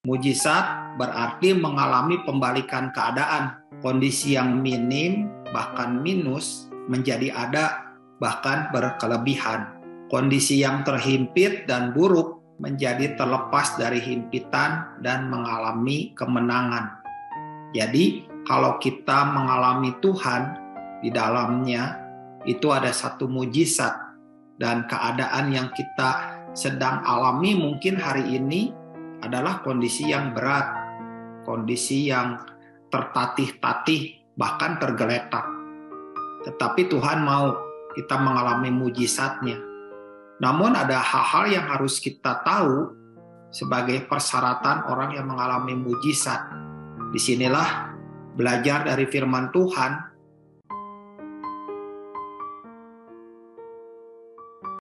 Mujizat berarti mengalami pembalikan keadaan. Kondisi yang minim, bahkan minus, menjadi ada, bahkan berkelebihan. Kondisi yang terhimpit dan buruk menjadi terlepas dari himpitan dan mengalami kemenangan. Jadi, kalau kita mengalami Tuhan di dalamnya, itu ada satu mujizat. Dan keadaan yang kita sedang alami mungkin hari ini adalah kondisi yang berat, kondisi yang tertatih-tatih, bahkan tergeletak. Tetapi Tuhan mau kita mengalami mujizatnya. Namun ada hal-hal yang harus kita tahu sebagai persyaratan orang yang mengalami mujizat. Disinilah belajar dari firman Tuhan